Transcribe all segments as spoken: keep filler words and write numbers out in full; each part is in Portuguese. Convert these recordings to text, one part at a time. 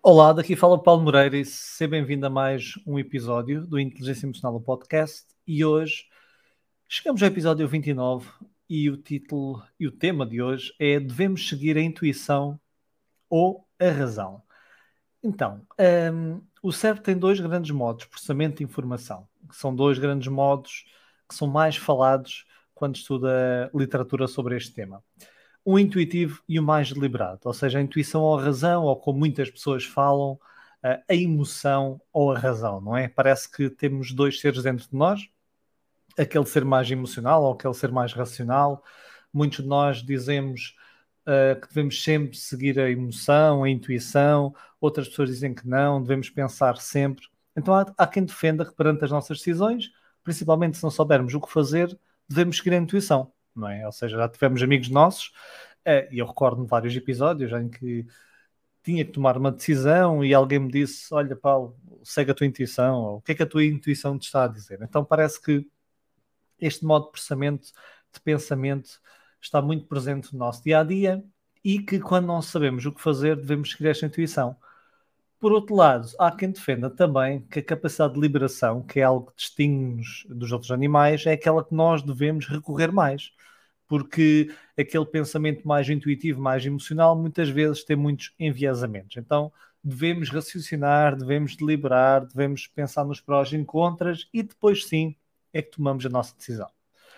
Olá, daqui fala o Paulo Moreira e seja bem-vindo a mais um episódio do Inteligência Emocional, o podcast. E hoje chegamos ao episódio vinte e nove e o título e o tema de hoje é: devemos seguir a intuição ou a razão? Então, hum, o cérebro tem dois grandes modos de processamento de informação, que são dois grandes modos que são mais falados quando estuda literatura sobre este tema. O intuitivo e o mais deliberado, ou seja, a intuição ou a razão, ou como muitas pessoas falam, a emoção ou a razão, não é? Parece que temos dois seres dentro de nós, aquele ser mais emocional ou aquele ser mais racional. Muitos de nós dizemos uh, que devemos sempre seguir a emoção, a intuição, outras pessoas dizem que não, devemos pensar sempre. Então há, há quem defenda que perante as nossas decisões, principalmente se não soubermos o que fazer, devemos seguir a intuição. Não é? Ou seja, já tivemos amigos nossos, e eu recordo-me de vários episódios em que tinha que tomar uma decisão e alguém me disse: olha, Paulo, segue a tua intuição, ou o que é que a tua intuição te está a dizer? Então parece que este modo de processamento, de pensamento, está muito presente no nosso dia-a-dia e que quando não sabemos o que fazer, devemos seguir esta intuição. Por outro lado, há quem defenda também que a capacidade de liberação, que é algo que distingue-nos dos outros animais, é aquela que nós devemos recorrer mais. Porque aquele pensamento mais intuitivo, mais emocional, muitas vezes tem muitos enviesamentos. Então, devemos raciocinar, devemos deliberar, devemos pensar nos prós e contras e depois sim é que tomamos a nossa decisão.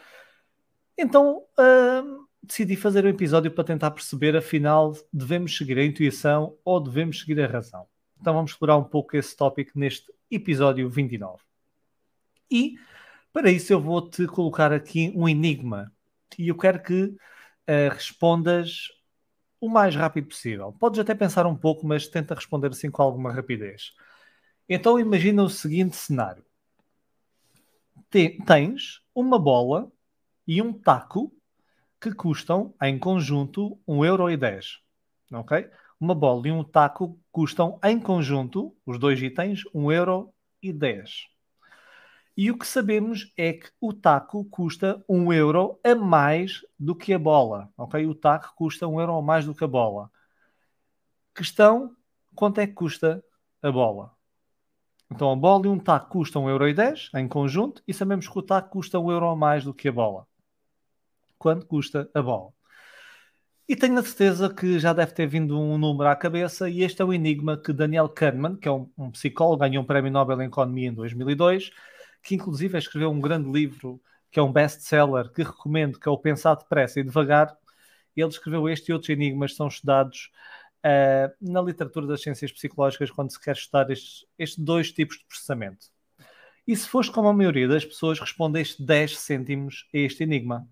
Então, hum, decidi fazer um episódio para tentar perceber, afinal, devemos seguir a intuição ou devemos seguir a razão. Então vamos explorar um pouco esse tópico neste episódio vinte e nove. E, para isso, eu vou-te colocar aqui um enigma. E eu quero que uh, respondas o mais rápido possível. Podes até pensar um pouco, mas tenta responder assim com alguma rapidez. Então imagina o seguinte cenário. Tens uma bola e um taco que custam, em conjunto, um euro e dez. Ok? Uma bola e um taco custam, em conjunto, os dois itens, um euro e dez. E o que sabemos é que o taco custa um euro a mais do que a bola. Ok? O taco custa um euro a mais do que a bola. Questão, quanto é que custa a bola? Então a bola e um taco custam um euro e dez em conjunto e sabemos que o taco custa um euro a mais do que a bola. Quanto custa a bola? E tenho a certeza que já deve ter vindo um número à cabeça e este é o enigma que Daniel Kahneman, que é um, um psicólogo, ganhou um prémio Nobel em Economia em dois mil e dois, que inclusive escreveu um grande livro, que é um best-seller, que recomendo, que é o Pensar Depressa e Devagar. Ele escreveu este e outros enigmas que são estudados uh, na literatura das ciências psicológicas quando se quer estudar estes, estes dois tipos de processamento. E se fosse como a maioria das pessoas, respondeste dez cêntimos a este enigma.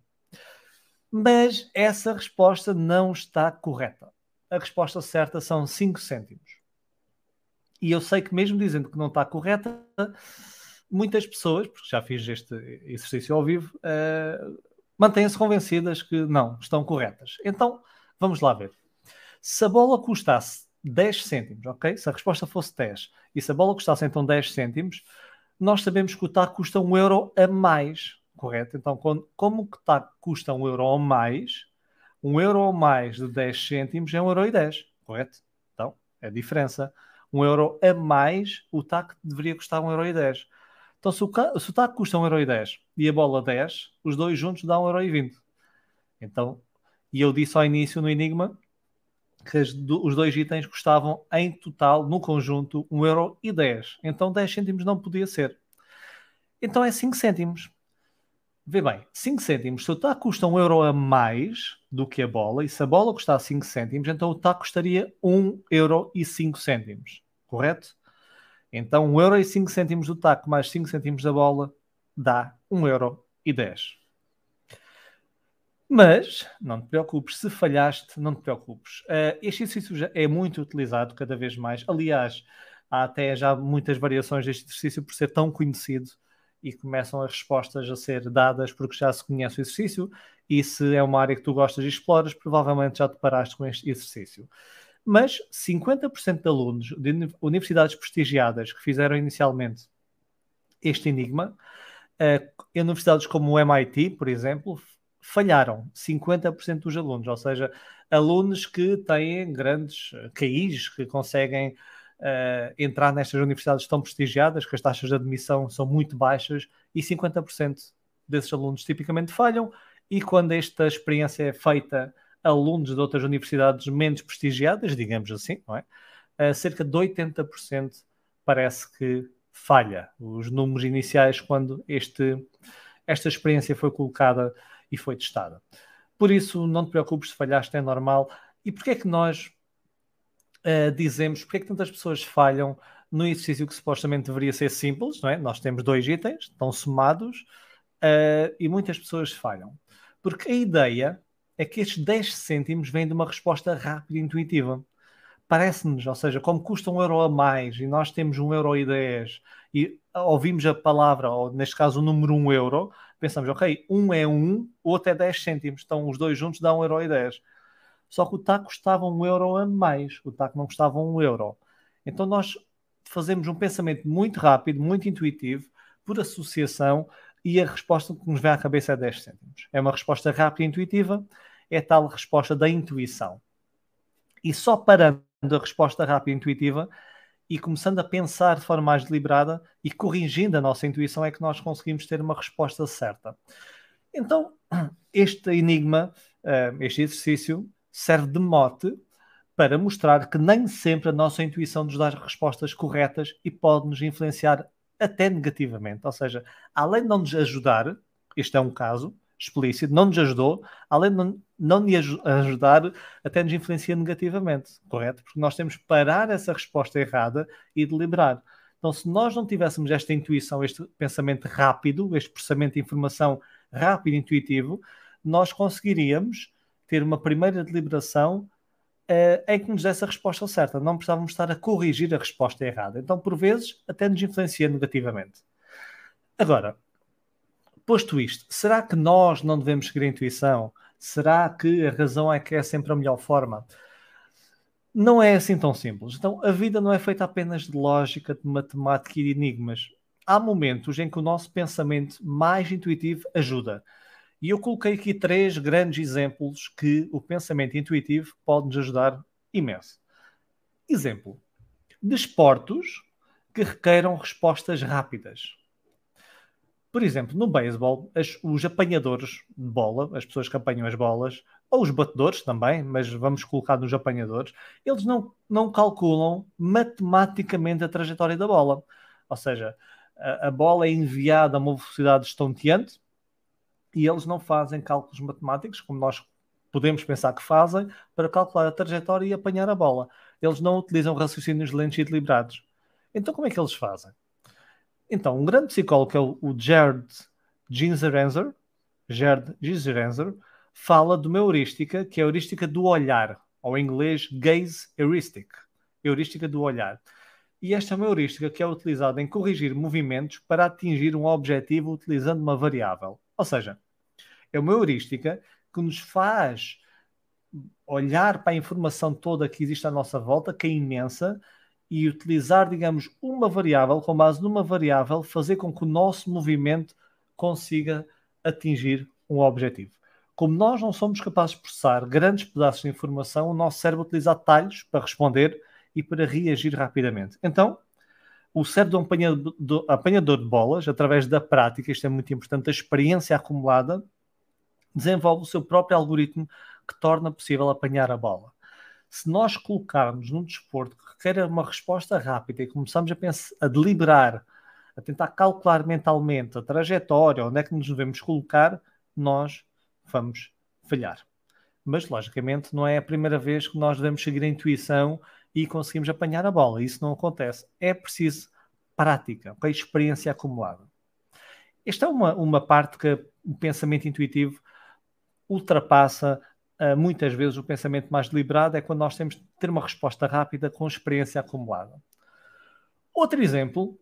Mas essa resposta não está correta. A resposta certa são cinco cêntimos. E eu sei que mesmo dizendo que não está correta, muitas pessoas, porque já fiz este exercício ao vivo, uh, mantêm-se convencidas que não, estão corretas. Então, vamos lá ver. Se a bola custasse dez cêntimos, ok? Se a resposta fosse dez, e se a bola custasse então dez cêntimos, nós sabemos que o taco custa um euro a mais, correto? Então, como o taco custa um euro a mais, um euro a mais de dez cêntimos é um euro e dez, correto? Então, é a diferença. Um euro a mais, o taco deveria custar um euro e dez. Então, se o, se o taco custa um euro e dez e a bola dez, os dois juntos dão um euro e vinte. Então, e eu disse ao início no enigma que as, do, os dois itens custavam em total, no conjunto, um euro e dez. Então dez cêntimos não podia ser. Então é cinco cêntimos. Vê bem, cinco cêntimos. Se o taco custa um euro a mais do que a bola, e se a bola custar cinco cêntimos, então o taco custaria um euro e cinco cêntimos. Correto? Então um euro e cinco cêntimos do taco mais cinco cêntimos da bola dá um euro e dez. Mas, não te preocupes, se falhaste, não te preocupes. Uh, este exercício já é muito utilizado cada vez mais. Aliás, há até já muitas variações deste exercício por ser tão conhecido e começam as respostas a ser dadas porque já se conhece o exercício e se é uma área que tu gostas e exploras, provavelmente já te paraste com este exercício. Mas cinquenta por cento de alunos de universidades prestigiadas que fizeram inicialmente este enigma, uh, em universidades como o M I T, por exemplo, falharam cinquenta por cento dos alunos, ou seja, alunos que têm grandes Q Is, que conseguem uh, entrar nestas universidades tão prestigiadas, que as taxas de admissão são muito baixas e cinquenta por cento desses alunos tipicamente falham, e quando esta experiência é feita a alunos de outras universidades menos prestigiadas, digamos assim, não é? Uh, cerca de oitenta por cento parece que falha os números iniciais quando este, esta experiência foi colocada e foi testada. Por isso, não te preocupes se falhaste, é normal. E porquê é que nós uh, dizemos, porquê é que tantas pessoas falham no exercício que supostamente deveria ser simples, não é? Nós temos dois itens, estão somados, uh, e muitas pessoas falham. Porque a ideia é que estes dez cêntimos vêm de uma resposta rápida e intuitiva. Parece-nos, ou seja, como custa um euro a mais e nós temos um euro e dez e ouvimos a palavra, ou neste caso o número um euro, pensamos, ok, um é um, o outro é dez cêntimos, então os dois juntos dão um euro e dez. Só que o taco custava um euro a mais, o taco não custava um euro. Então nós fazemos um pensamento muito rápido, muito intuitivo, por associação, e a resposta que nos vem à cabeça é dez cêntimos. É uma resposta rápida e intuitiva, é a tal resposta da intuição. E só parando a resposta rápida e intuitiva e começando a pensar de forma mais deliberada e corrigindo a nossa intuição é que nós conseguimos ter uma resposta certa. Então, este enigma, este exercício, serve de mote para mostrar que nem sempre a nossa intuição nos dá as respostas corretas e pode nos influenciar até negativamente. Ou seja, além de não nos ajudar, este é um caso explícito, não nos ajudou, além de não, não nos ajudar, até nos influencia negativamente, correto? Porque nós temos que parar essa resposta errada e deliberar. Então, se nós não tivéssemos esta intuição, este pensamento rápido, este processamento de informação rápido e intuitivo, nós conseguiríamos ter uma primeira deliberação uh, em que nos desse a resposta certa. Não precisávamos estar a corrigir a resposta errada. Então, por vezes, até nos influencia negativamente. Agora, posto isto, será que nós não devemos seguir a intuição? Será que a razão é que é sempre a melhor forma? Não é assim tão simples. Então, a vida não é feita apenas de lógica, de matemática e de enigmas. Há momentos em que o nosso pensamento mais intuitivo ajuda. E eu coloquei aqui três grandes exemplos que o pensamento intuitivo pode nos ajudar imenso. Exemplo: desportos que requeiram respostas rápidas. Por exemplo, no beisebol, os apanhadores de bola, as pessoas que apanham as bolas, ou os batedores também, mas vamos colocar nos apanhadores, eles não, não calculam matematicamente a trajetória da bola. Ou seja, a, a bola é enviada a uma velocidade estonteante e eles não fazem cálculos matemáticos, como nós podemos pensar que fazem, para calcular a trajetória e apanhar a bola. Eles não utilizam raciocínios lentos e deliberados. Então, como é que eles fazem? Então, um grande psicólogo, que é o Gerd Gigerenzer, Gerd Gigerenzer, fala de uma heurística, que é a heurística do olhar, ou em inglês, gaze heuristic, heurística do olhar. E esta é uma heurística que é utilizada em corrigir movimentos para atingir um objetivo utilizando uma variável. Ou seja, é uma heurística que nos faz olhar para a informação toda que existe à nossa volta, que é imensa, e utilizar, digamos, uma variável, com base numa variável, fazer com que o nosso movimento consiga atingir um objetivo. Como nós não somos capazes de processar grandes pedaços de informação, o nosso cérebro utiliza atalhos para responder e para reagir rapidamente. Então, o cérebro do apanhador, do apanhador de bolas, através da prática, isto é muito importante, a experiência acumulada, desenvolve o seu próprio algoritmo que torna possível apanhar a bola. Se nós colocarmos num desporto que requer uma resposta rápida e começamos a pensar, a deliberar, a tentar calcular mentalmente a trajetória, onde é que nos devemos colocar, nós vamos falhar. Mas, logicamente, não é a primeira vez que nós devemos seguir a intuição e conseguimos apanhar a bola. Isso não acontece. É preciso prática, okay? Experiência acumulada. Esta é uma, uma parte que o pensamento intuitivo ultrapassa. Uh, muitas vezes o pensamento mais deliberado é quando nós temos de ter uma resposta rápida com experiência acumulada. Outro exemplo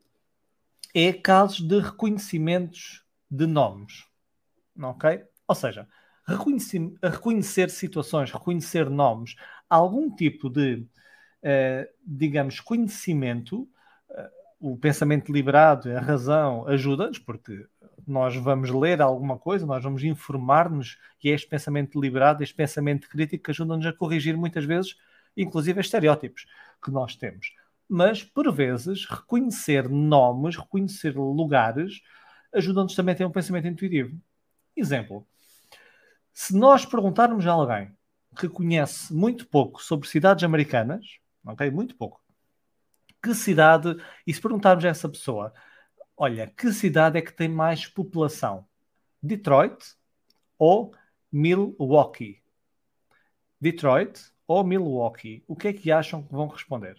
é casos de reconhecimentos de nomes. Ok? Ou seja, reconhecer, reconhecer situações, reconhecer nomes, algum tipo de, uh, digamos, conhecimento, uh, o pensamento deliberado, a razão, ajuda-nos, porque nós vamos ler alguma coisa, nós vamos informar-nos, e é este pensamento deliberado, este pensamento crítico que ajuda-nos a corrigir muitas vezes, inclusive, estereótipos que nós temos. mas, por vezes, reconhecer nomes, reconhecer lugares, ajuda-nos também a ter um pensamento intuitivo. Exemplo, se nós perguntarmos a alguém que conhece muito pouco sobre cidades americanas, ok? Muito pouco, que cidade, e se perguntarmos a essa pessoa, olha, que cidade é que tem mais população? Detroit ou Milwaukee? Detroit ou Milwaukee? O que é que acham que vão responder?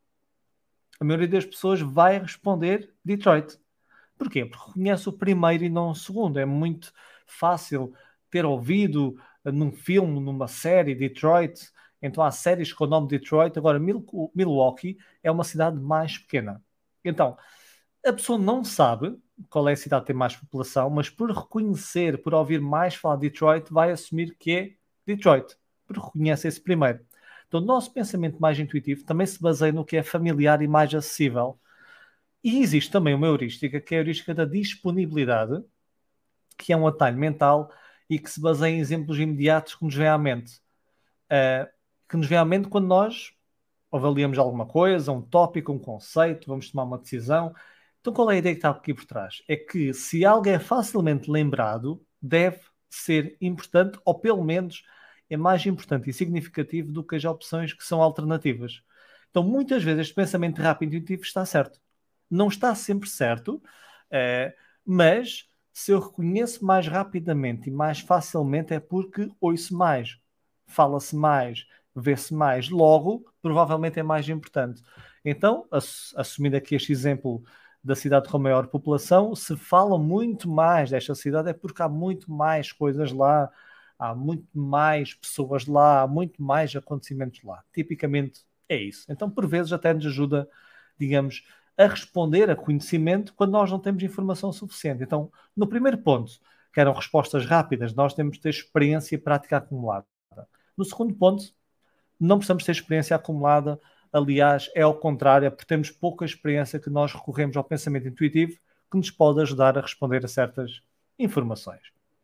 A maioria das pessoas vai responder Detroit. Porquê? Porque reconhece o primeiro e não o segundo. É muito fácil ter ouvido num filme, numa série, Detroit. Então há séries com o nome Detroit. Agora, Milwaukee é uma cidade mais pequena. Então, a pessoa não sabe qual é a cidade que tem mais população, mas por reconhecer, por ouvir mais falar de Detroit, vai assumir que é Detroit, porque reconhece esse primeiro. Então, o nosso pensamento mais intuitivo também se baseia no que é familiar e mais acessível. E existe também uma heurística, que é a heurística da disponibilidade, que é um atalho mental e que se baseia em exemplos imediatos que nos vêm à mente. Uh, que nos vêm à mente quando nós avaliamos alguma coisa, um tópico, um conceito, vamos tomar uma decisão. Então, qual é a ideia que está aqui por trás? É que se algo é facilmente lembrado, deve ser importante, ou pelo menos é mais importante e significativo do que as opções que são alternativas. Então, muitas vezes, este pensamento rápido e intuitivo está certo. Não está sempre certo, eh, mas se eu reconheço mais rapidamente e mais facilmente é porque ouço mais, fala-se mais, vê-se mais. Logo, provavelmente é mais importante. Então, assumindo aqui este exemplo da cidade com maior população, se fala muito mais desta cidade é porque há muito mais coisas lá, há muito mais pessoas lá, há muito mais acontecimentos lá. Tipicamente é isso. Então, por vezes, até nos ajuda, digamos, a responder a conhecimento quando nós não temos informação suficiente. Então, no primeiro ponto, que eram respostas rápidas, nós temos de ter experiência e prática acumulada. No segundo ponto, não precisamos ter experiência acumulada, aliás, é ao contrário, é porque temos pouca experiência que nós recorremos ao pensamento intuitivo que nos pode ajudar a responder a certas informações.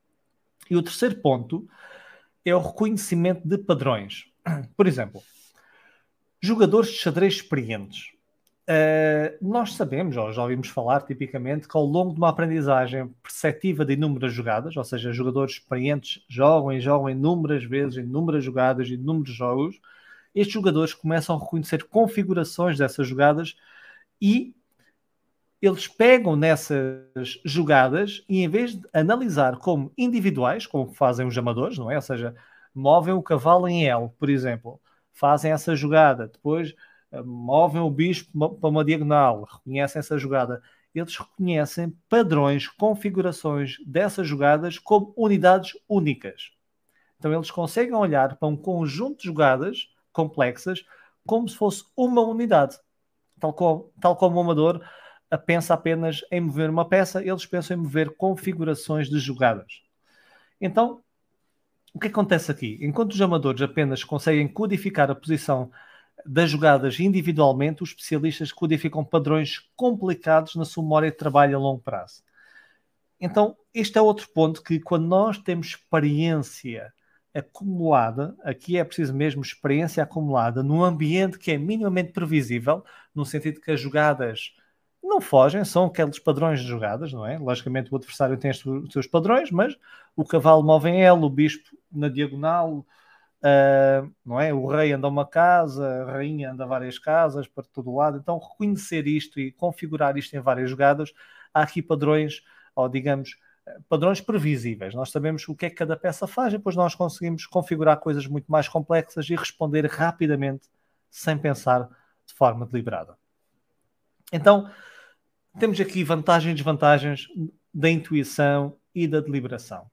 E o terceiro ponto é o reconhecimento de padrões. Por exemplo, jogadores de xadrez experientes. Uh, nós sabemos, ou já ouvimos falar tipicamente, que ao longo de uma aprendizagem perceptiva de inúmeras jogadas, ou seja, jogadores experientes jogam e jogam inúmeras vezes, inúmeras jogadas, inúmeros jogos, estes jogadores começam a reconhecer configurações dessas jogadas e eles pegam nessas jogadas e, em vez de analisar como individuais, como fazem os amadores, não é? Ou seja, movem o cavalo em L, por exemplo, fazem essa jogada, depois movem o bispo para uma diagonal, reconhecem essa jogada. Eles reconhecem padrões, configurações dessas jogadas como unidades únicas. Então eles conseguem olhar para um conjunto de jogadas complexas como se fosse uma unidade. Tal como, tal como o amador pensa apenas em mover uma peça, eles pensam em mover configurações de jogadas. Então, o que acontece aqui? Enquanto os amadores apenas conseguem codificar a posição das jogadas individualmente, os especialistas codificam padrões complicados na sua memória de trabalho a longo prazo. Então, este é outro ponto que, quando nós temos experiência acumulada, aqui é preciso mesmo experiência acumulada, num ambiente que é minimamente previsível, no sentido que as jogadas não fogem, são aqueles padrões de jogadas, não é? Logicamente o adversário tem os seus padrões, mas o cavalo move em L, o bispo na diagonal, Uh, não é? O rei anda a uma casa, a rainha anda a várias casas para todo lado. Então, reconhecer isto e configurar isto em várias jogadas, há aqui padrões, ou digamos, padrões previsíveis. Nós sabemos o que é que cada peça faz e depois nós conseguimos configurar coisas muito mais complexas e responder rapidamente, sem pensar de forma deliberada. Então, temos aqui vantagens e desvantagens da intuição e da deliberação.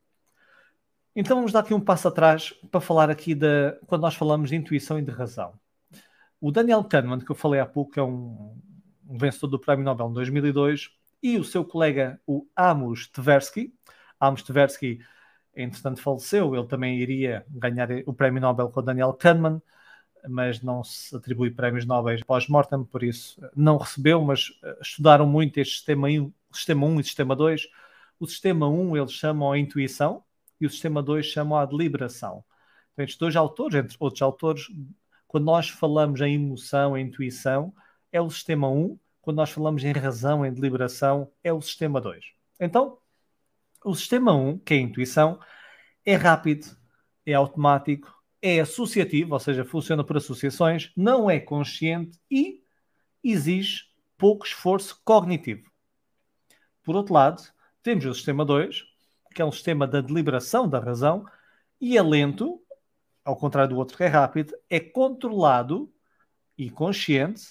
Então vamos dar aqui um passo atrás para falar aqui de quando nós falamos de intuição e de razão. O Daniel Kahneman, que eu falei há pouco, é um, um vencedor do Prémio Nobel em dois mil e dois, e o seu colega, o Amos Tversky. Amos Tversky, entretanto, faleceu. Ele também iria ganhar o Prémio Nobel com o Daniel Kahneman, mas não se atribui prémios Nobel pós-mortem, por isso não recebeu, mas estudaram muito este sistema um, sistema um e sistema dois. O sistema um eles chamam a intuição, e o sistema dois chama a deliberação. Então, estes dois autores, entre outros autores, quando nós falamos em emoção, em intuição, é o sistema um, quando nós falamos em razão, em deliberação, é o sistema dois. Então, o sistema um, que é a intuição, é rápido, é automático, é associativo, ou seja, funciona por associações, não é consciente e exige pouco esforço cognitivo. Por outro lado, temos o sistema dois, que é um sistema da deliberação da razão, e é lento, ao contrário do outro que é rápido, é controlado e consciente,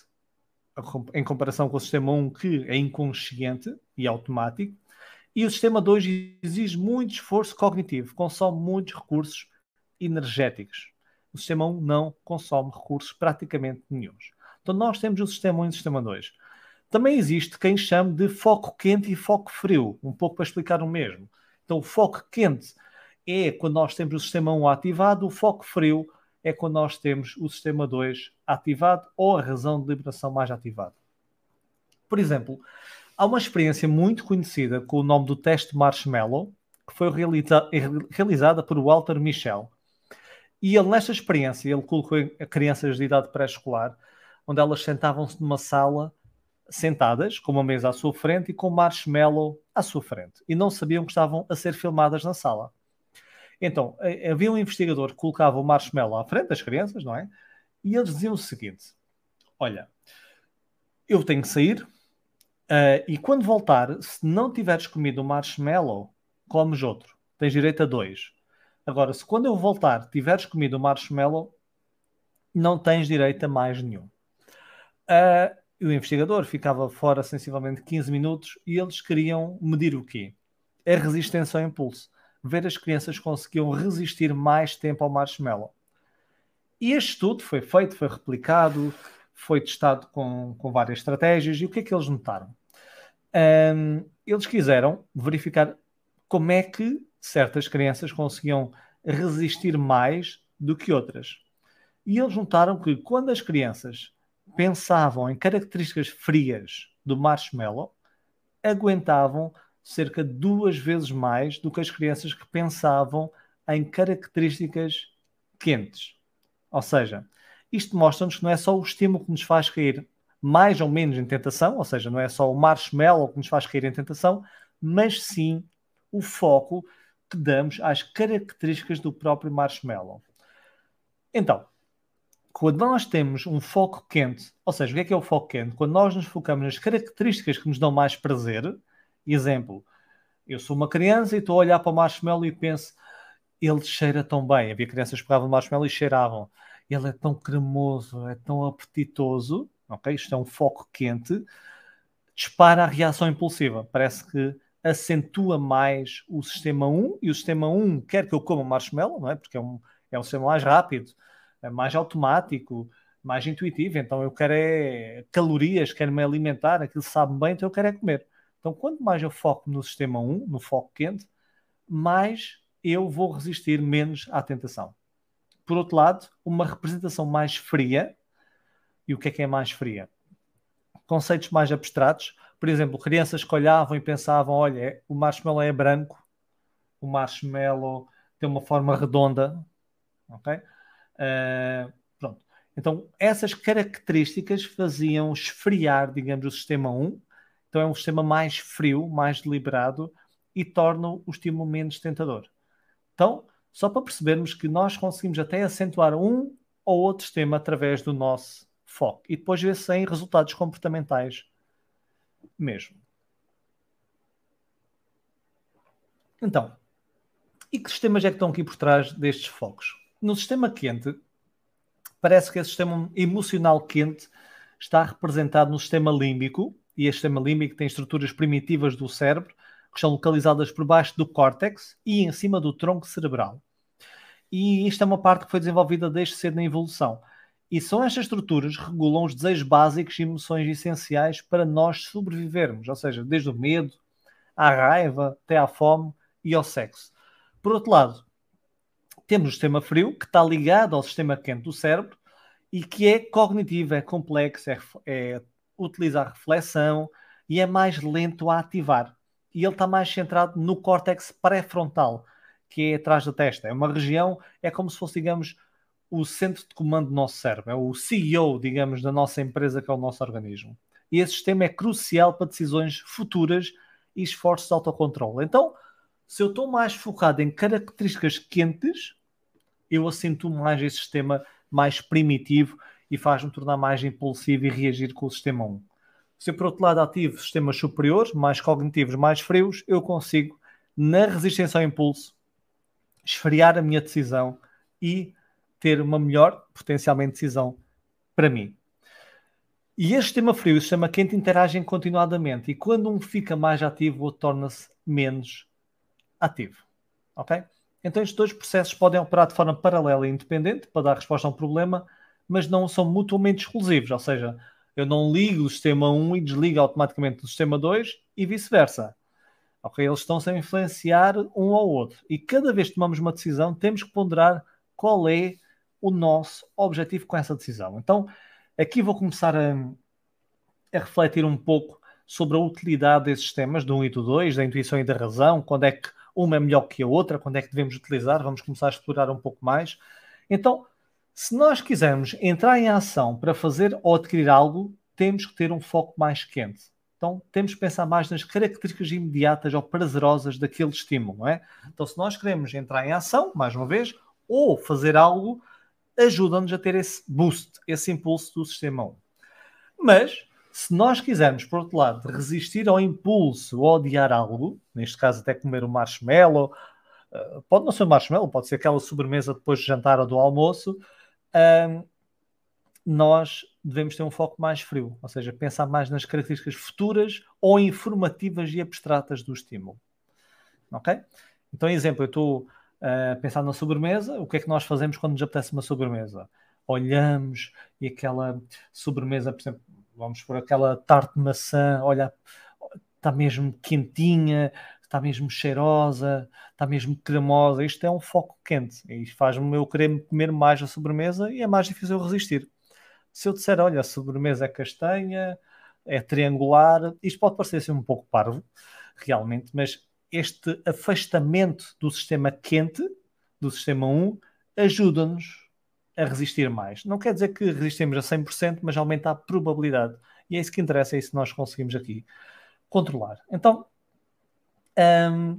em comparação com o sistema um, que é inconsciente e automático, e o sistema dois exige muito esforço cognitivo, consome muitos recursos energéticos. O sistema um não consome recursos praticamente nenhuns. Então nós temos o sistema um e o sistema dois. Também existe quem chame de foco quente e foco frio, um pouco para explicar o mesmo. Então o foco quente é quando nós temos o sistema um ativado, o foco frio é quando nós temos o sistema dois ativado ou a razão de liberação mais ativada. Por exemplo, há uma experiência muito conhecida com o nome do teste Marshmallow, que foi realiza- realizada por Walter Mischel. E ele, nesta experiência, ele colocou crianças de idade pré-escolar, onde elas sentavam-se numa sala, sentadas, com uma mesa à sua frente e com marshmallow à sua frente. E não sabiam que estavam a ser filmadas na sala. Então, havia um investigador que colocava o marshmallow à frente das crianças, não é? E eles diziam o seguinte: olha, eu tenho que sair, uh, e quando voltar, se não tiveres comido o marshmallow, comes outro. Tens direito a dois. Agora, se quando eu voltar tiveres comido o marshmallow, não tens direito a mais nenhum. Uh, o investigador ficava fora sensivelmente quinze minutos e eles queriam medir o quê? A resistência ao impulso. Ver as crianças conseguiam resistir mais tempo ao marshmallow. E este estudo foi feito, foi replicado, foi testado com, com várias estratégias. E o que é que eles notaram? Um, eles quiseram verificar como é que certas crianças conseguiam resistir mais do que outras. E eles notaram que quando as crianças pensavam em características frias do marshmallow, aguentavam cerca de duas vezes mais do que as crianças que pensavam em características quentes. Ou seja, isto mostra-nos que não é só o estímulo que nos faz cair mais ou menos em tentação, ou seja, não é só o marshmallow que nos faz cair em tentação, mas sim o foco que damos às características do próprio marshmallow. Então, quando nós temos um foco quente, ou seja, o que é que é o foco quente? Quando nós nos focamos nas características que nos dão mais prazer, exemplo, eu sou uma criança e estou a olhar para o marshmallow e penso, ele cheira tão bem. Havia crianças que pegavam o marshmallow e cheiravam. Ele é tão cremoso, é tão apetitoso, ok? Isto é um foco quente, dispara a reação impulsiva. Parece que acentua mais o sistema um, e o sistema um quer que eu coma marshmallow, não é? Porque é um, é um sistema mais rápido, é mais automático, mais intuitivo. Então eu quero é calorias, quero me alimentar, aquilo sabe bem, então eu quero é comer. Então quanto mais eu foco no sistema um, no foco quente, mais eu vou resistir menos à tentação. Por outro lado, uma representação mais fria, e o que é que é mais fria? Conceitos mais abstratos, por exemplo, crianças que olhavam e pensavam, olha, o marshmallow é branco, o marshmallow tem uma forma redonda, ok? Uh, pronto. Então, essas características faziam esfriar, digamos, o sistema um. Então é um sistema mais frio, mais deliberado e torna o estímulo menos tentador. Então, só para percebermos que nós conseguimos até acentuar um ou outro sistema através do nosso foco e depois ver se tem resultados comportamentais mesmo. Então, e que sistemas é que estão aqui por trás destes focos? No sistema quente, parece que esse sistema emocional quente está representado no sistema límbico, e este sistema límbico tem estruturas primitivas do cérebro que estão localizadas por baixo do córtex e em cima do tronco cerebral. E isto é uma parte que foi desenvolvida desde cedo na evolução. E são estas estruturas que regulam os desejos básicos e emoções essenciais para nós sobrevivermos, ou seja, desde o medo, à raiva, até à fome e ao sexo. Por outro lado, temos o sistema frio, que está ligado ao sistema quente do cérebro e que é cognitivo, é complexo, é, é utilizar reflexão e é mais lento a ativar. E ele está mais centrado no córtex pré-frontal, que é atrás da testa. É uma região, é como se fosse, digamos, o centro de comando do nosso cérebro, é o C E O, digamos, da nossa empresa, que é o nosso organismo. E esse sistema é crucial para decisões futuras e esforços de autocontrole. Então, se eu estou mais focado em características quentes, eu assento mais esse sistema mais primitivo e faz-me tornar mais impulsivo e reagir com o sistema um. Se eu, por outro lado, ativo sistemas superiores, mais cognitivos, mais frios, eu consigo, na resistência ao impulso, esfriar a minha decisão e ter uma melhor, potencialmente, decisão para mim. E este sistema frio e o sistema quente interagem continuadamente e quando um fica mais ativo, o outro torna-se menos ativo. Ok? Então estes dois processos podem operar de forma paralela e independente para dar resposta a um problema, mas não são mutuamente exclusivos, ou seja, eu não ligo o sistema um e desligo automaticamente o sistema dois e vice-versa. Okay? Eles estão-se a influenciar um ao outro. E cada vez que tomamos uma decisão, temos que ponderar qual é o nosso objetivo com essa decisão. Então, aqui vou começar a, a refletir um pouco sobre a utilidade desses sistemas, do um e do dois, da intuição e da razão, quando é que uma é melhor que a outra, quando é que devemos utilizar, vamos começar a explorar um pouco mais. Então, se nós quisermos entrar em ação para fazer ou adquirir algo, temos que ter um foco mais quente. Então, temos que pensar mais nas características imediatas ou prazerosas daquele estímulo, não é? Então, se nós queremos entrar em ação, mais uma vez, ou fazer algo, ajuda-nos a ter esse boost, esse impulso do sistema um. Mas, se nós quisermos, por outro lado, resistir ao impulso ou odiar algo, neste caso até comer um marshmallow, pode não ser um marshmallow, pode ser aquela sobremesa depois de jantar ou do almoço, nós devemos ter um foco mais frio, ou seja, pensar mais nas características futuras ou informativas e abstratas do estímulo. Ok? Então, exemplo, eu estou a pensar na sobremesa, o que é que nós fazemos quando nos apetece uma sobremesa? Olhamos e aquela sobremesa, por exemplo, vamos por aquela tarte de maçã, olha, está mesmo quentinha, está mesmo cheirosa, está mesmo cremosa. Isto é um foco quente e faz-me eu querer comer mais a sobremesa e é mais difícil resistir. Se eu disser, olha, a sobremesa é castanha, é triangular, isto pode parecer assim um pouco parvo, realmente, mas este afastamento do sistema quente, do sistema um, ajuda-nos a resistir mais. Não quer dizer que resistimos a cem por cento, mas aumenta a probabilidade. E é isso que interessa, é isso que nós conseguimos aqui controlar. Então, hum,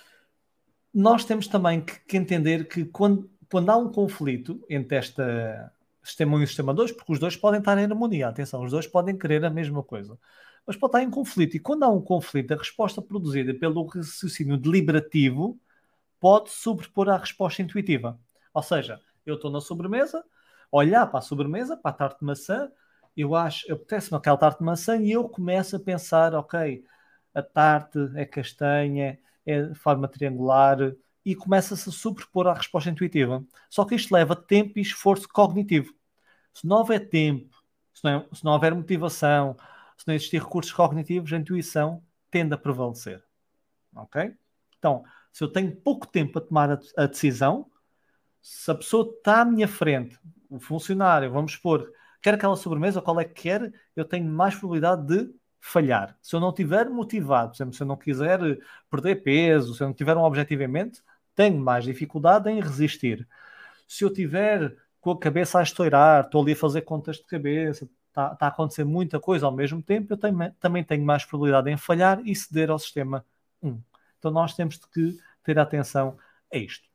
nós temos também que, que entender que quando, quando há um conflito entre esta sistema um e o sistema dois, porque os dois podem estar em harmonia, atenção, os dois podem querer a mesma coisa, mas pode estar em conflito. E quando há um conflito, a resposta produzida pelo raciocínio deliberativo pode sobrepor à resposta intuitiva. Ou seja, eu estou na sobremesa, olhar para a sobremesa, para a tarte de maçã, eu acho, apetece-me aquela tarte de maçã e eu começo a pensar, ok, a tarte é castanha, é de forma triangular, e começa-se a sobrepor à resposta intuitiva. Só que isto leva tempo e esforço cognitivo. Se não houver tempo, se não, se não houver motivação, se não existir recursos cognitivos, a intuição tende a prevalecer. Ok? Então, se eu tenho pouco tempo para tomar a, a decisão, se a pessoa está à minha frente, o funcionário, vamos supor, quer aquela sobremesa, qual é que quer, eu tenho mais probabilidade de falhar. Se eu não estiver motivado, por exemplo, se eu não quiser perder peso, se eu não tiver um objetivo em mente, tenho mais dificuldade em resistir. Se eu tiver com a cabeça a estourar, estou ali a fazer contas de cabeça, está, está a acontecer muita coisa ao mesmo tempo, eu tenho, também tenho mais probabilidade em falhar e ceder ao sistema um. Então nós temos que ter atenção a isto.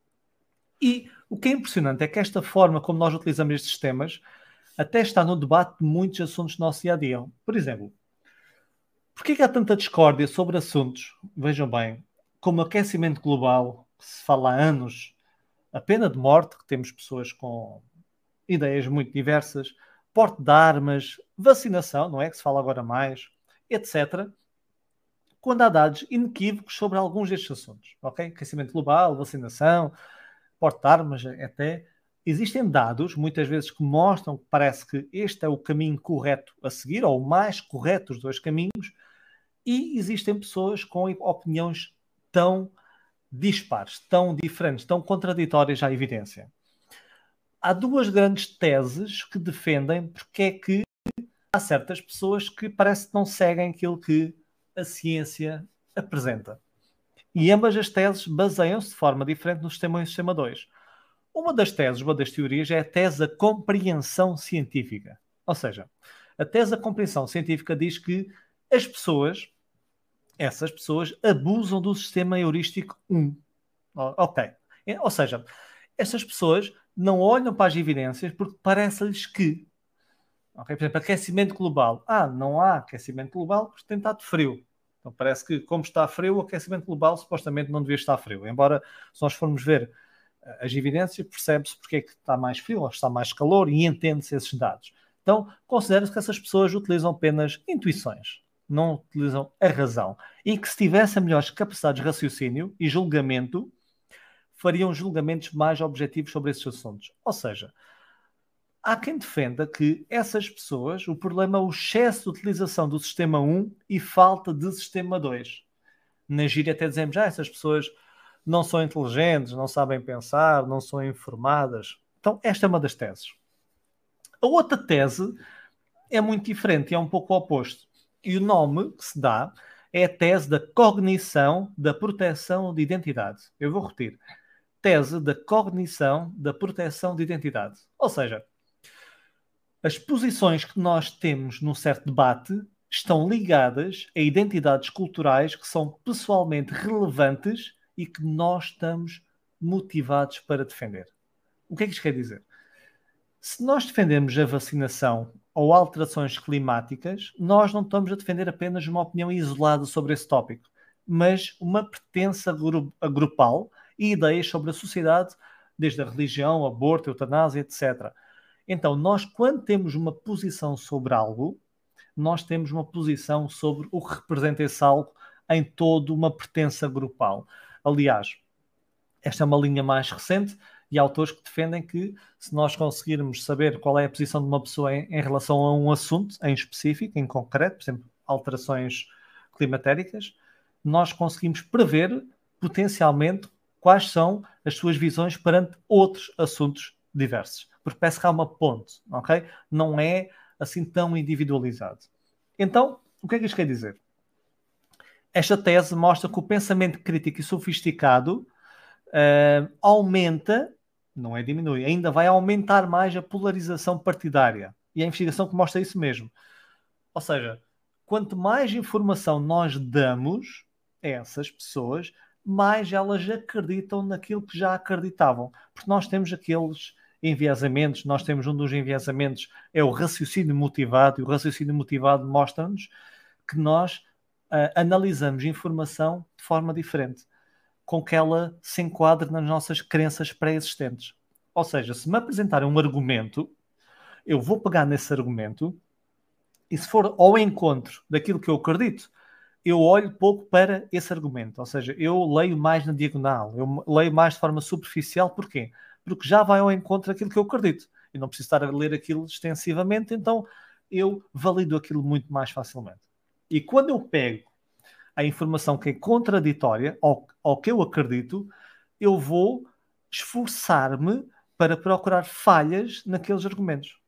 E o que é impressionante é que esta forma como nós utilizamos estes sistemas até está no debate de muitos assuntos do nosso dia-a-dia. Por exemplo, porquê que há tanta discórdia sobre assuntos, vejam bem, como aquecimento global, que se fala há anos, a pena de morte, que temos pessoas com ideias muito diversas, porte de armas, vacinação, não é? Que se fala agora mais, etcétera. Quando há dados inequívocos sobre alguns destes assuntos, ok? Aquecimento global, vacinação, porte de armas, até. Existem dados, muitas vezes, que mostram que parece que este é o caminho correto a seguir, ou o mais correto dos dois caminhos, e existem pessoas com opiniões tão dispares, tão diferentes, tão contraditórias à evidência. Há duas grandes teses que defendem porque é que há certas pessoas que parece que não seguem aquilo que a ciência apresenta. E ambas as teses baseiam-se de forma diferente no sistema um e no sistema dois. Uma das teses, uma das teorias é a tese da compreensão científica. Ou seja, a tese da compreensão científica diz que as pessoas, essas pessoas, abusam do sistema heurístico um. Ok. Ou seja, essas pessoas não olham para as evidências porque parece-lhes que, okay, por exemplo, aquecimento global. Ah, não há aquecimento global porque tem estado frio. Então parece que, como está frio, o aquecimento global supostamente não devia estar frio. Embora, se nós formos ver as evidências, percebe-se porque é que está mais frio ou está mais calor e entende-se esses dados. Então, considera-se que essas pessoas utilizam apenas intuições, não utilizam a razão. E que se tivessem melhores capacidades de raciocínio e julgamento, fariam julgamentos mais objetivos sobre esses assuntos. Ou seja, há quem defenda que essas pessoas, o problema é o excesso de utilização do sistema um e falta de sistema dois. Na gíria até dizemos, ah, essas pessoas não são inteligentes, não sabem pensar, não são informadas. Então, esta é uma das teses. A outra tese é muito diferente e é um pouco o oposto. E o nome que se dá é a tese da cognição da proteção de identidade. Eu vou repetir. Tese da cognição da proteção de identidade. Ou seja, as posições que nós temos num certo debate estão ligadas a identidades culturais que são pessoalmente relevantes e que nós estamos motivados para defender. O que é que isto quer dizer? Se nós defendemos a vacinação ou alterações climáticas, nós não estamos a defender apenas uma opinião isolada sobre esse tópico, mas uma pertença grupal e ideias sobre a sociedade, desde a religião, aborto, eutanásia, etcétera. Então, nós, quando temos uma posição sobre algo, nós temos uma posição sobre o que representa esse algo em toda uma pertença grupal. Aliás, esta é uma linha mais recente e há autores que defendem que se nós conseguirmos saber qual é a posição de uma pessoa em, em relação a um assunto em específico, em concreto, por exemplo, alterações climatéricas, nós conseguimos prever potencialmente quais são as suas visões perante outros assuntos diversos. Porque parece que há uma ponte, ok? Não é assim tão individualizado. Então, o que é que isto quer dizer? Esta tese mostra que o pensamento crítico e sofisticado uh, aumenta, não é diminui, ainda vai aumentar mais a polarização partidária. E a investigação que mostra isso mesmo. Ou seja, quanto mais informação nós damos a essas pessoas, mais elas acreditam naquilo que já acreditavam. Porque nós temos aqueles enviesamentos, nós temos um dos enviesamentos, é o raciocínio motivado, e o raciocínio motivado mostra-nos que nós uh, analisamos informação de forma diferente, com que ela se enquadre nas nossas crenças pré-existentes. Ou seja, se me apresentarem um argumento, eu vou pegar nesse argumento e se for ao encontro daquilo que eu acredito, eu olho pouco para esse argumento. Ou seja, eu leio mais na diagonal, eu leio mais de forma superficial. Porquê? Porque já vai ao encontro daquilo que eu acredito. Eu não preciso estar a ler aquilo extensivamente, então eu valido aquilo muito mais facilmente. E quando eu pego a informação que é contraditória ao, ao que eu acredito, eu vou esforçar-me para procurar falhas naqueles argumentos.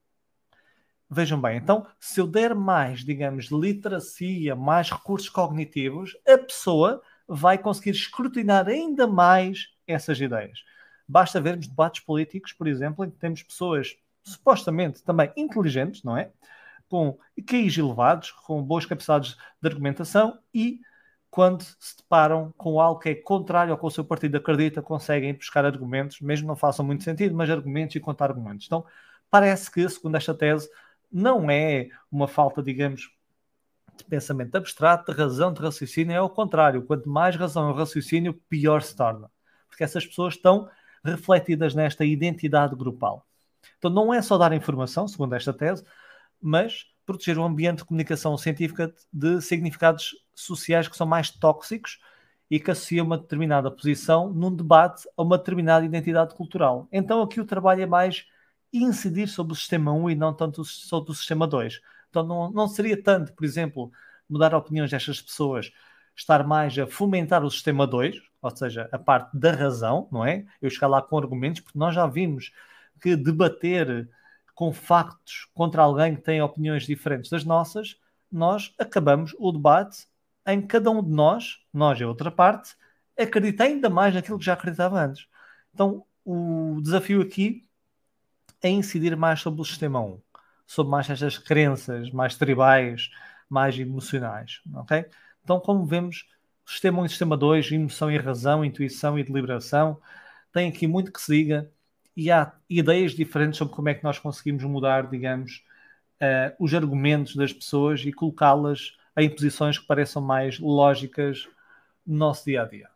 Vejam bem, então, se eu der mais, digamos, literacia, mais recursos cognitivos, a pessoa vai conseguir escrutinar ainda mais essas ideias. Basta vermos debates políticos, por exemplo, em que temos pessoas supostamente também inteligentes, não é? Com Q Is elevados, com boas capacidades de argumentação e, quando se deparam com algo que é contrário ao que o seu partido acredita, conseguem buscar argumentos, mesmo não façam muito sentido, mas argumentos e contar argumentos. Então, parece que, segundo esta tese, não é uma falta, digamos, de pensamento abstrato, de razão, de raciocínio, é ao contrário. Quanto mais razão e raciocínio, pior se torna. Porque essas pessoas estão refletidas nesta identidade grupal. Então não é só dar informação, segundo esta tese, mas proteger o ambiente de comunicação científica de significados sociais que são mais tóxicos e que associam uma determinada posição num debate a uma determinada identidade cultural. Então aqui o trabalho é mais incidir sobre o sistema um e não tanto sobre o sistema dois. Então não, não seria tanto, por exemplo, mudar opiniões destas pessoas, estar mais a fomentar o sistema dois, ou seja, a parte da razão, não é? Eu chegar lá com argumentos, porque nós já vimos que debater com factos contra alguém que tem opiniões diferentes das nossas, nós acabamos o debate em cada um de nós, nós e a outra parte, acredita ainda mais naquilo que já acreditava antes. Então, o desafio aqui é incidir mais sobre o sistema um, sobre mais estas crenças mais tribais, mais emocionais, ok? Então, como vemos, o sistema um e o sistema dois, emoção e razão, intuição e deliberação, tem aqui muito que se diga e há ideias diferentes sobre como é que nós conseguimos mudar, digamos, uh, os argumentos das pessoas e colocá-las em posições que pareçam mais lógicas no nosso dia-a-dia.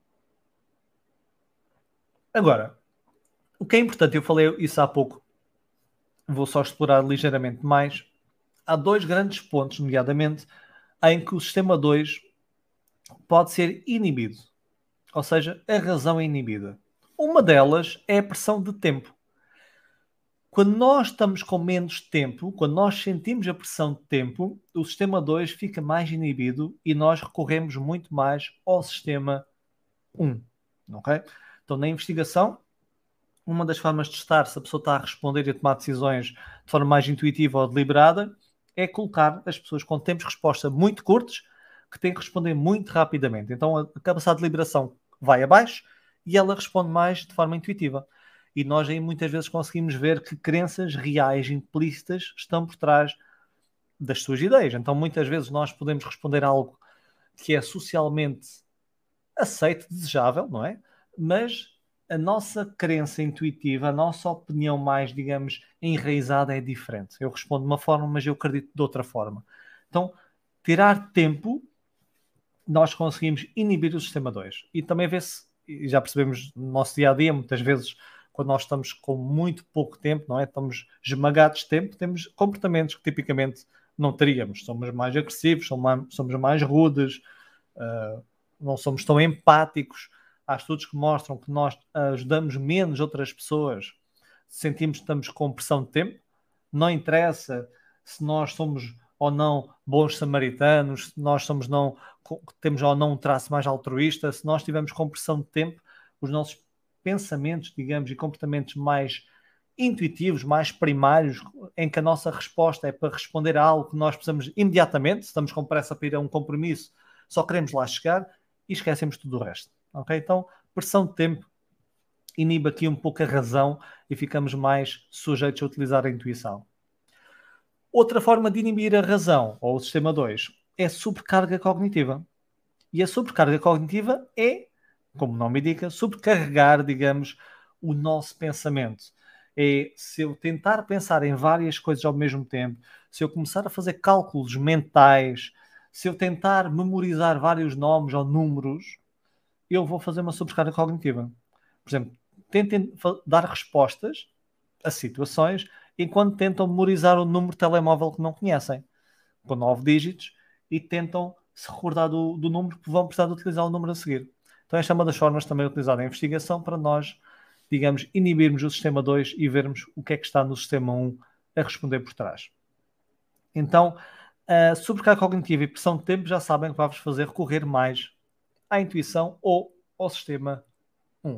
Agora, o que é importante, eu falei isso há pouco, vou só explorar ligeiramente mais. Há dois grandes pontos, nomeadamente, em que o sistema dois pode ser inibido. Ou seja, a razão é inibida. Uma delas é a pressão de tempo. Quando nós estamos com menos tempo, quando nós sentimos a pressão de tempo, o sistema dois fica mais inibido e nós recorremos muito mais ao sistema um. Okay? Então, na investigação, uma das formas de testar se a pessoa está a responder e a tomar decisões de forma mais intuitiva ou deliberada é colocar as pessoas com tempos de resposta muito curtos que têm que responder muito rapidamente. Então, a capacidade de deliberação vai abaixo e ela responde mais de forma intuitiva. E nós aí muitas vezes conseguimos ver que crenças reais, implícitas, estão por trás das suas ideias. Então, muitas vezes nós podemos responder a algo que é socialmente aceito, desejável, não é? Mas a nossa crença intuitiva, a nossa opinião mais, digamos, enraizada é diferente. Eu respondo de uma forma, mas eu acredito de outra forma. Então, tirar tempo, nós conseguimos inibir o sistema dois. E também vê-se, e já percebemos no nosso dia-a-dia, muitas vezes, quando nós estamos com muito pouco tempo, não é? Estamos esmagados de tempo, temos comportamentos que tipicamente não teríamos. Somos mais agressivos, somos mais rudes, uh, não somos tão empáticos. Há estudos que mostram que nós ajudamos menos outras pessoas, sentimos que estamos com pressão de tempo. Não interessa se nós somos ou não bons samaritanos, se nós somos não, temos ou não um traço mais altruísta, se nós tivermos com pressão de tempo, os nossos pensamentos, digamos, e comportamentos mais intuitivos, mais primários, em que a nossa resposta é para responder a algo que nós precisamos imediatamente, se estamos com pressa para ir a um compromisso, só queremos lá chegar e esquecemos tudo o resto. Okay? Então, pressão de tempo inibe aqui um pouco a razão e ficamos mais sujeitos a utilizar a intuição. Outra forma de inibir a razão, ou o sistema dois, é sobrecarga cognitiva. E a sobrecarga cognitiva é, como o nome indica, sobrecarregar, digamos, o nosso pensamento. É se eu tentar pensar em várias coisas ao mesmo tempo, se eu começar a fazer cálculos mentais, se eu tentar memorizar vários nomes ou números, eu vou fazer uma sobrecarga cognitiva. Por exemplo, tentem dar respostas a situações enquanto tentam memorizar o número de telemóvel que não conhecem, com nove dígitos, e tentam se recordar do, do número que vão precisar de utilizar o número a seguir. Então esta é uma das formas também utilizada em investigação para nós, digamos, inibirmos o sistema dois e vermos o que é que está no sistema um a responder por trás. Então, a sobrecarga cognitiva e pressão de tempo já sabem que vai-vos fazer recorrer mais à intuição ou ao sistema um.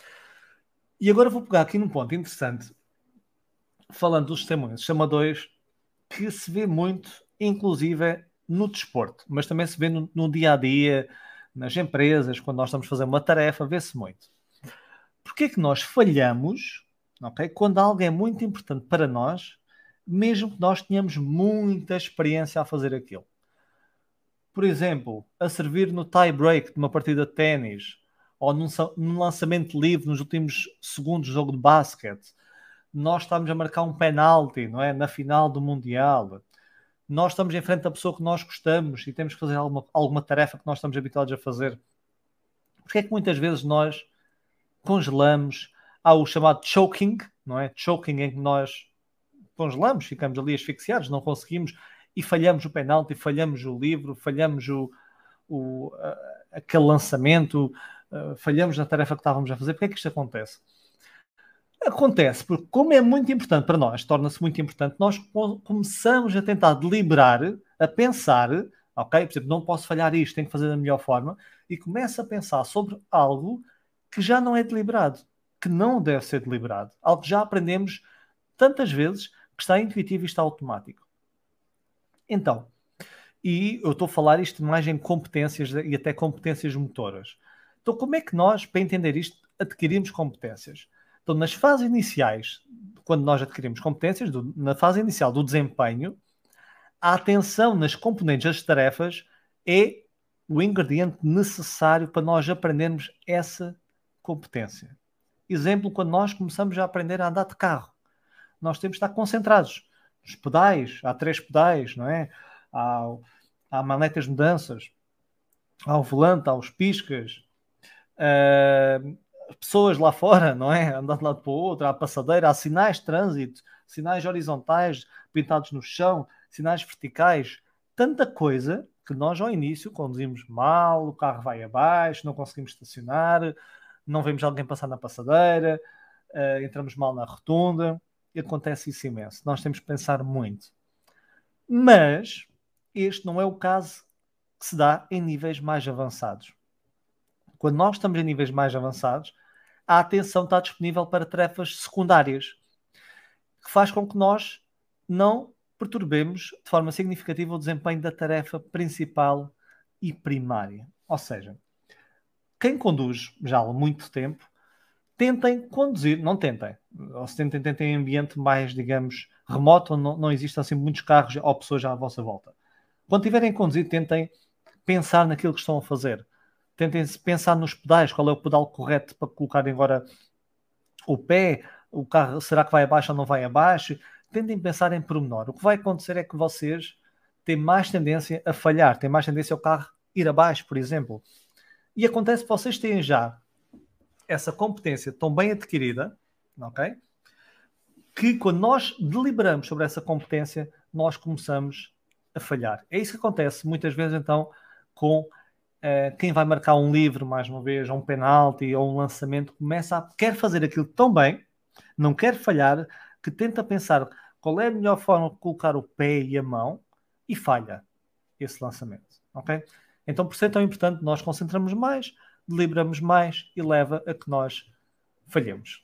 E agora vou pegar aqui num ponto interessante, falando do sistema um e do sistema dois, que se vê muito, inclusive no desporto, mas também se vê no, no dia-a-dia, nas empresas, quando nós estamos a fazer uma tarefa, vê-se muito. Porquê é que nós falhamos, okay, quando algo é muito importante para nós, mesmo que nós tenhamos muita experiência a fazer aquilo? Por exemplo, a servir no tie-break de uma partida de ténis, ou num, num lançamento livre nos últimos segundos do jogo de basquete. Nós estamos a marcar um penalti, não é? Na final do Mundial. Nós estamos em frente da pessoa que nós gostamos e temos que fazer alguma, alguma tarefa que nós estamos habituados a fazer. Porque é que muitas vezes nós congelamos? Há o chamado choking, não é? Choking, em que nós congelamos, ficamos ali asfixiados, não conseguimos e falhamos o penalti, falhamos o livro, falhamos o, o, uh, aquele lançamento, uh, falhamos na tarefa que estávamos a fazer. Porquê é que isto acontece? Acontece porque, como é muito importante para nós, torna-se muito importante, nós começamos a tentar deliberar, a pensar, ok? Por exemplo, não posso falhar isto, tenho que fazer da melhor forma, e começa a pensar sobre algo que já não é deliberado, que não deve ser deliberado, algo que já aprendemos tantas vezes que está intuitivo e está automático. Então, e eu estou a falar isto mais em competências e até competências motoras. Então, como é que nós, para entender isto, adquirimos competências? Então, nas fases iniciais, quando nós adquirimos competências, do, na fase inicial do desempenho, a atenção nas componentes das tarefas é o ingrediente necessário para nós aprendermos essa competência. Exemplo, quando nós começamos a aprender a andar de carro, nós temos de estar concentrados nos pedais, há três pedais, não é? Há, há manetas de mudanças, há o volante, há os piscas, uh, pessoas lá fora, não é? Andando de um lado para o outro, há a passadeira, há sinais de trânsito, sinais horizontais pintados no chão, sinais verticais, tanta coisa que nós ao início conduzimos mal, o carro vai abaixo, não conseguimos estacionar, não vemos alguém passar na passadeira, uh, entramos mal na rotunda, e acontece isso imenso. Nós temos que pensar muito. Mas este não é o caso que se dá em níveis mais avançados. Quando nós estamos em níveis mais avançados, a atenção está disponível para tarefas secundárias, que faz com que nós não perturbemos de forma significativa o desempenho da tarefa principal e primária. Ou seja, quem conduz já há muito tempo, tentem conduzir, não tentem, ou se tentem, tentem em ambiente mais, digamos, remoto, onde não, não existem assim muitos carros ou pessoas já à vossa volta. Quando tiverem a conduzir, tentem pensar naquilo que estão a fazer. Tentem pensar nos pedais, qual é o pedal correto para colocarem agora o pé, o carro, será que vai abaixo ou não vai abaixo? Tentem pensar em pormenor. O que vai acontecer é que vocês têm mais tendência a falhar, têm mais tendência ao carro ir abaixo, por exemplo. E acontece que vocês têm já essa competência tão bem adquirida, ok? Que quando nós deliberamos sobre essa competência, nós começamos a falhar. É isso que acontece muitas vezes, então, com uh, quem vai marcar um livre, mais uma vez, ou um penalti, ou um lançamento, começa a quer fazer aquilo tão bem, não quer falhar, que tenta pensar qual é a melhor forma de colocar o pé e a mão, e falha esse lançamento, ok? Então, por isso é tão importante, nós concentramos mais, deliberamos mais e leva a que nós falhemos.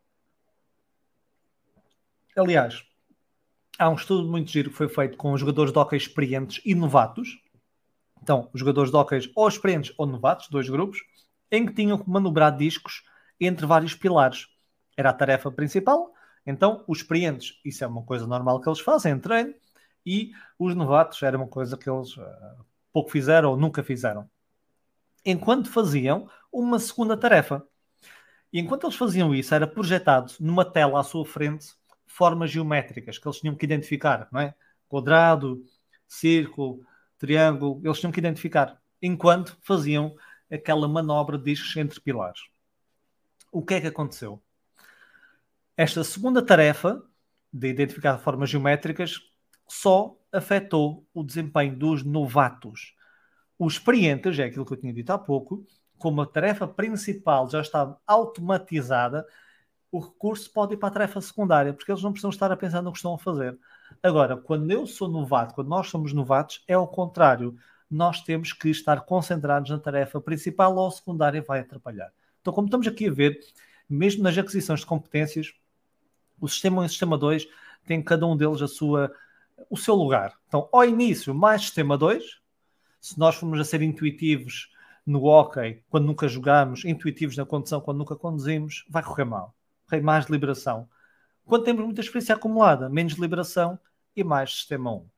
Aliás, há um estudo muito giro que foi feito com jogadores de hóquei experientes e novatos. Então, os jogadores de hóquei ou experientes ou novatos, dois grupos, em que tinham que manobrar discos entre vários pilares. Era a tarefa principal. Então, os experientes, isso é uma coisa normal que eles fazem em treino, e os novatos era uma coisa que eles uh, pouco fizeram ou nunca fizeram. Enquanto faziam uma segunda tarefa. E enquanto eles faziam isso, era projetado numa tela à sua frente formas geométricas que eles tinham que identificar, não é? Quadrado, círculo, triângulo, eles tinham que identificar, enquanto faziam aquela manobra de discos entre pilares. O que é que aconteceu? Esta segunda tarefa, de identificar formas geométricas, só afetou o desempenho dos novatos. Os experientes, é aquilo que eu tinha dito há pouco, como a tarefa principal já está automatizada, o recurso pode ir para a tarefa secundária, porque eles não precisam estar a pensar no que estão a fazer. Agora, quando eu sou novato, quando nós somos novatos, é ao contrário. Nós temos que estar concentrados na tarefa principal ou a secundária vai atrapalhar. Então, como estamos aqui a ver, mesmo nas aquisições de competências, o sistema um e o sistema dois têm cada um deles a sua, o seu lugar. Então, ao início, mais sistema dois. Se nós formos a ser intuitivos no hóquei, quando nunca jogamos, intuitivos na condução, quando nunca conduzimos, vai correr mal. Mais deliberação. Quando temos muita experiência acumulada, menos deliberação e mais sistema um.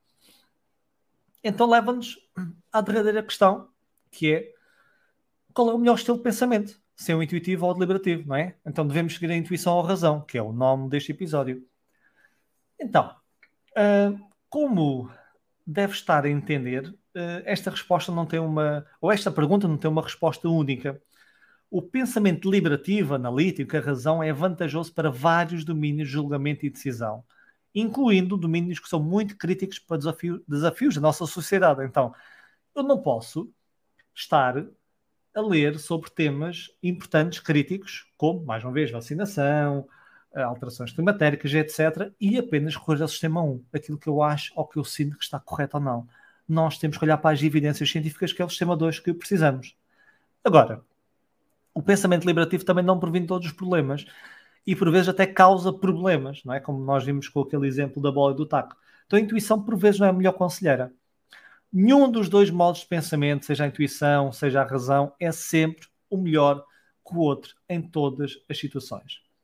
Então leva-nos à derradeira questão, que é qual é o melhor estilo de pensamento? Se é o intuitivo ou o deliberativo, não é? Então devemos seguir a intuição ou a razão, que é o nome deste episódio. Então, uh, como deve estar a entender, uh, esta resposta não tem uma, ou esta pergunta não tem uma resposta única. O pensamento deliberativo, analítico, a razão é vantajoso para vários domínios de julgamento e decisão, incluindo domínios que são muito críticos para desafio, desafios da nossa sociedade. Então, eu não posso estar a ler sobre temas importantes, críticos, como, mais uma vez, vacinação, alterações climatéricas, etcétera, e apenas recorrer ao sistema um, aquilo que eu acho ou que eu sinto que está correto ou não. Nós temos que olhar para as evidências científicas, que é o sistema dois que precisamos. Agora, o pensamento deliberativo também não previne todos os problemas e por vezes até causa problemas, não é? Como nós vimos com aquele exemplo da bola e do taco. Então a intuição por vezes não é a melhor conselheira. Nenhum dos dois modos de pensamento, seja a intuição, seja a razão, é sempre o melhor que o outro em todas as situações.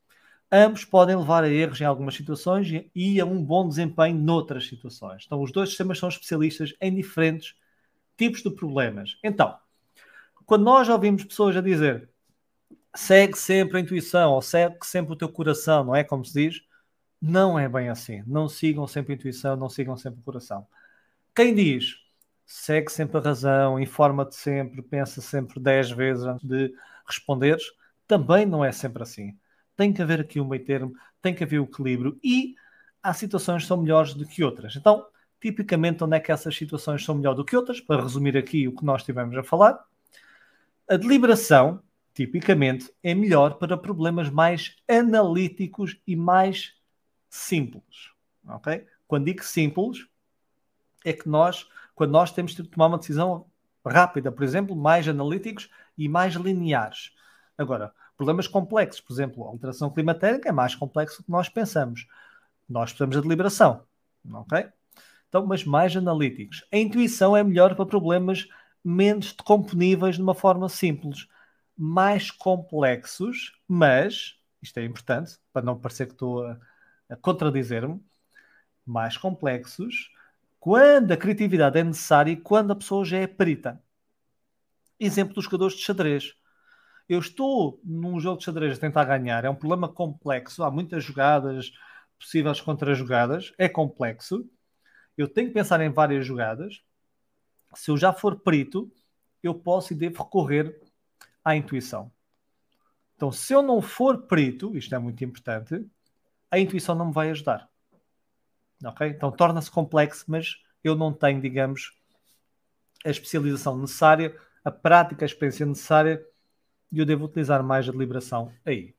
ambos podem levar a erros em algumas situações e a um bom desempenho noutras situações. Então, os dois sistemas são especialistas em diferentes tipos de problemas. Então, quando nós ouvimos pessoas a dizer segue sempre a intuição ou segue sempre o teu coração, não é como se diz? Não é bem assim. Não sigam sempre a intuição, não sigam sempre o coração. Quem diz segue sempre a razão, informa-te sempre, pensa sempre dez vezes antes de responderes, também não é sempre assim. Tem que haver aqui um meio termo, tem que haver o equilíbrio e há situações que são melhores do que outras. Então, tipicamente, onde é que essas situações são melhores do que outras? Para resumir aqui o que nós estivemos a falar, a deliberação, tipicamente, é melhor para problemas mais analíticos e mais simples. Okay? Quando digo simples, é que nós, quando nós temos de tomar uma decisão rápida, por exemplo, mais analíticos e mais lineares. Agora, problemas complexos, por exemplo, a alteração climatérica é mais complexo do que nós pensamos. Nós precisamos de deliberação, ok? Então, mas mais analíticos. A intuição é melhor para problemas menos decomponíveis de uma forma simples. Mais complexos, mas, isto é importante, para não parecer que estou a, a contradizer-me, mais complexos, quando a criatividade é necessária e quando a pessoa já é perita. Exemplo dos jogadores de xadrez. Eu estou num jogo de xadrez a tentar ganhar, é um problema complexo, há muitas jogadas possíveis contra-jogadas, é complexo, eu tenho que pensar em várias jogadas. Se eu já for perito, eu posso e devo recorrer à intuição. Então, se eu não for perito, isto é muito importante, a intuição não me vai ajudar. Ok? Então, torna-se complexo, mas eu não tenho, digamos, a especialização necessária, a prática, a experiência necessária, e eu devo utilizar mais a deliberação aí.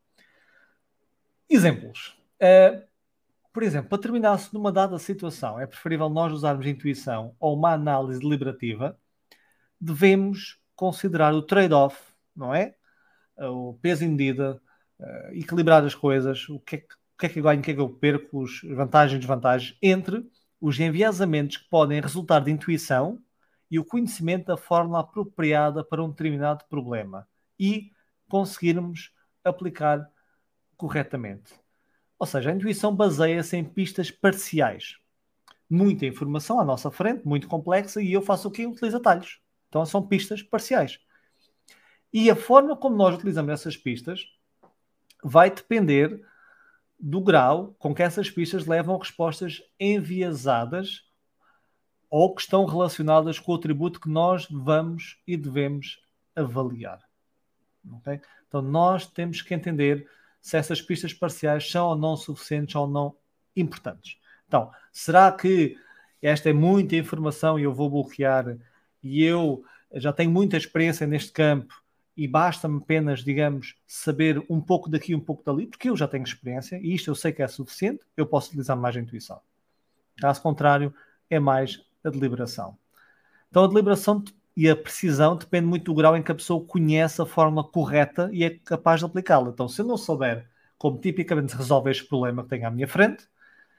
Exemplos. Uh, por exemplo, para terminar-se numa dada situação, é preferível nós usarmos intuição ou uma análise deliberativa, devemos considerar o trade-off, não é? O peso e medida, uh, equilibrar as coisas, o que é que, o que é que eu ganho, o que é que eu perco, as vantagens e desvantagens, entre os enviesamentos que podem resultar de intuição e o conhecimento da forma apropriada para um determinado problema e conseguirmos aplicar corretamente. Ou seja, a intuição baseia-se em pistas parciais. Muita informação à nossa frente, muito complexa, e eu faço o quê? Utilizo atalhos. Então são pistas parciais. E a forma como nós utilizamos essas pistas vai depender do grau com que essas pistas levam a respostas enviesadas ou que estão relacionadas com o atributo que nós vamos e devemos avaliar. Okay? Então nós temos que entender se essas pistas parciais são ou não suficientes ou não importantes. Então, será que esta é muita informação e eu vou bloquear e eu já tenho muita experiência neste campo e basta-me apenas, digamos, saber um pouco daqui e um pouco dali, porque eu já tenho experiência e isto eu sei que é suficiente, eu posso utilizar mais a intuição. Caso contrário, é mais a deliberação. Então a deliberação e a precisão depende muito do grau em que a pessoa conhece a fórmula correta e é capaz de aplicá-la. Então, se eu não souber como tipicamente resolver este problema que tenho à minha frente,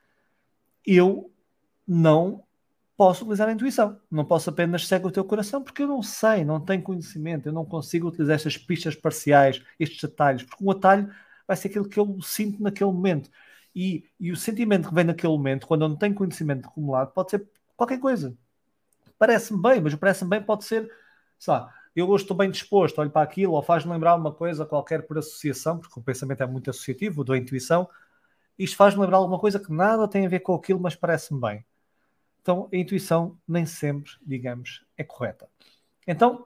eu não posso utilizar a intuição. Não posso apenas seguir o teu coração, porque eu não sei, não tenho conhecimento, eu não consigo utilizar estas pistas parciais, estes atalhos, porque um atalho vai ser aquilo que eu sinto naquele momento. E, e o sentimento que vem naquele momento, quando eu não tenho conhecimento acumulado, pode ser qualquer coisa. Parece-me bem, mas o parece-me bem pode ser, sei lá, eu hoje estou bem disposto, olho para aquilo, ou faz-me lembrar uma coisa qualquer por associação, porque o pensamento é muito associativo, da intuição, isto faz-me lembrar alguma coisa que nada tem a ver com aquilo, mas parece-me bem. Então, a intuição nem sempre, digamos, é correta. Então,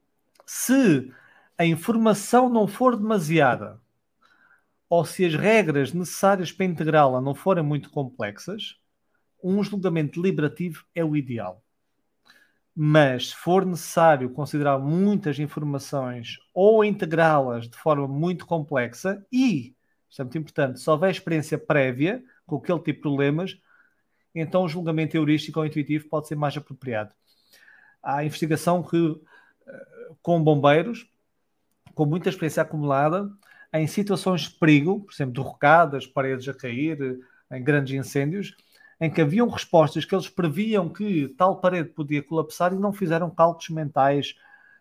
se a informação não for demasiada, ou se as regras necessárias para integrá-la não forem muito complexas, um julgamento deliberativo é o ideal. Mas se for necessário considerar muitas informações ou integrá-las de forma muito complexa e, isto é muito importante, se houver experiência prévia com aquele tipo de problemas, então o julgamento heurístico ou intuitivo pode ser mais apropriado. Há investigação que, com bombeiros, com muita experiência acumulada, em situações de perigo, por exemplo, derrocadas, paredes a cair, em grandes incêndios, em que haviam respostas que eles previam que tal parede podia colapsar e não fizeram cálculos mentais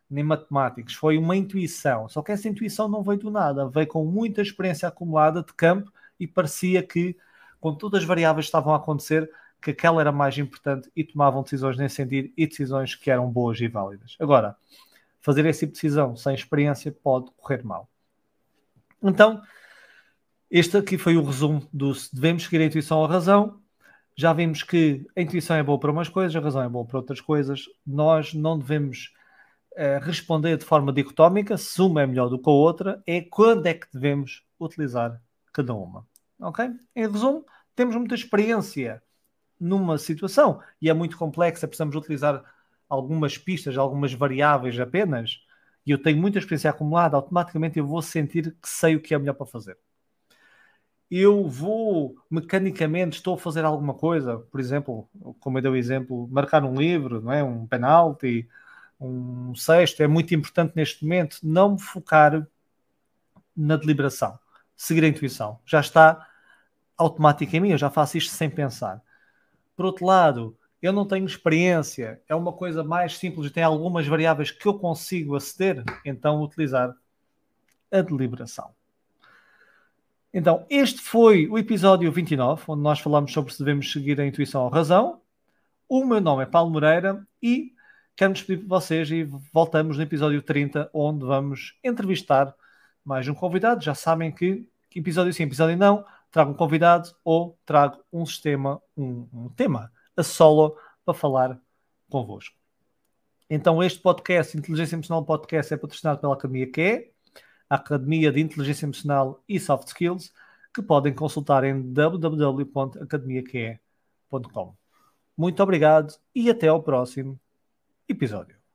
nem matemáticos, foi uma intuição. Só que essa intuição não veio do nada, veio com muita experiência acumulada de campo e parecia que, com todas as variáveis que estavam a acontecer, que aquela era mais importante e tomavam decisões nesse sentido e decisões que eram boas e válidas. Agora, fazer esse tipo de decisão sem experiência pode correr mal. Então, este aqui foi o resumo do se devemos seguir a intuição ou a razão. Já vimos que a intuição é boa para umas coisas, a razão é boa para outras coisas. Nós não devemos uh, responder de forma dicotómica, se uma é melhor do que a outra, é quando é que devemos utilizar cada uma. Ok? Em resumo, temos muita experiência numa situação e é muito complexa, precisamos utilizar algumas pistas, algumas variáveis apenas, e eu tenho muita experiência acumulada, automaticamente eu vou sentir que sei o que é melhor para fazer. Eu vou, mecanicamente, estou a fazer alguma coisa, por exemplo, como eu dei o exemplo, marcar um livro, não é? Um penalti, um sexto, é muito importante neste momento não me focar na deliberação, seguir a intuição. Já está automático em mim, eu já faço isto sem pensar. Por outro lado, eu não tenho experiência, é uma coisa mais simples, tem algumas variáveis que eu consigo aceder, então utilizar a deliberação. Então, este foi o episódio vinte e nove, onde nós falamos sobre se devemos seguir a intuição ou a razão. O meu nome é Paulo Moreira e quero me despedir de vocês e voltamos no episódio trinta, onde vamos entrevistar mais um convidado. Já sabem que episódio sim, episódio não, trago um convidado ou trago um sistema, um, um tema a solo para falar convosco. Então, este podcast, Inteligência Emocional Podcast, é patrocinado pela Academia Q E, a Academia de Inteligência Emocional e Soft Skills, que podem consultar em w w w ponto academia q e ponto com. Muito obrigado e até ao próximo episódio.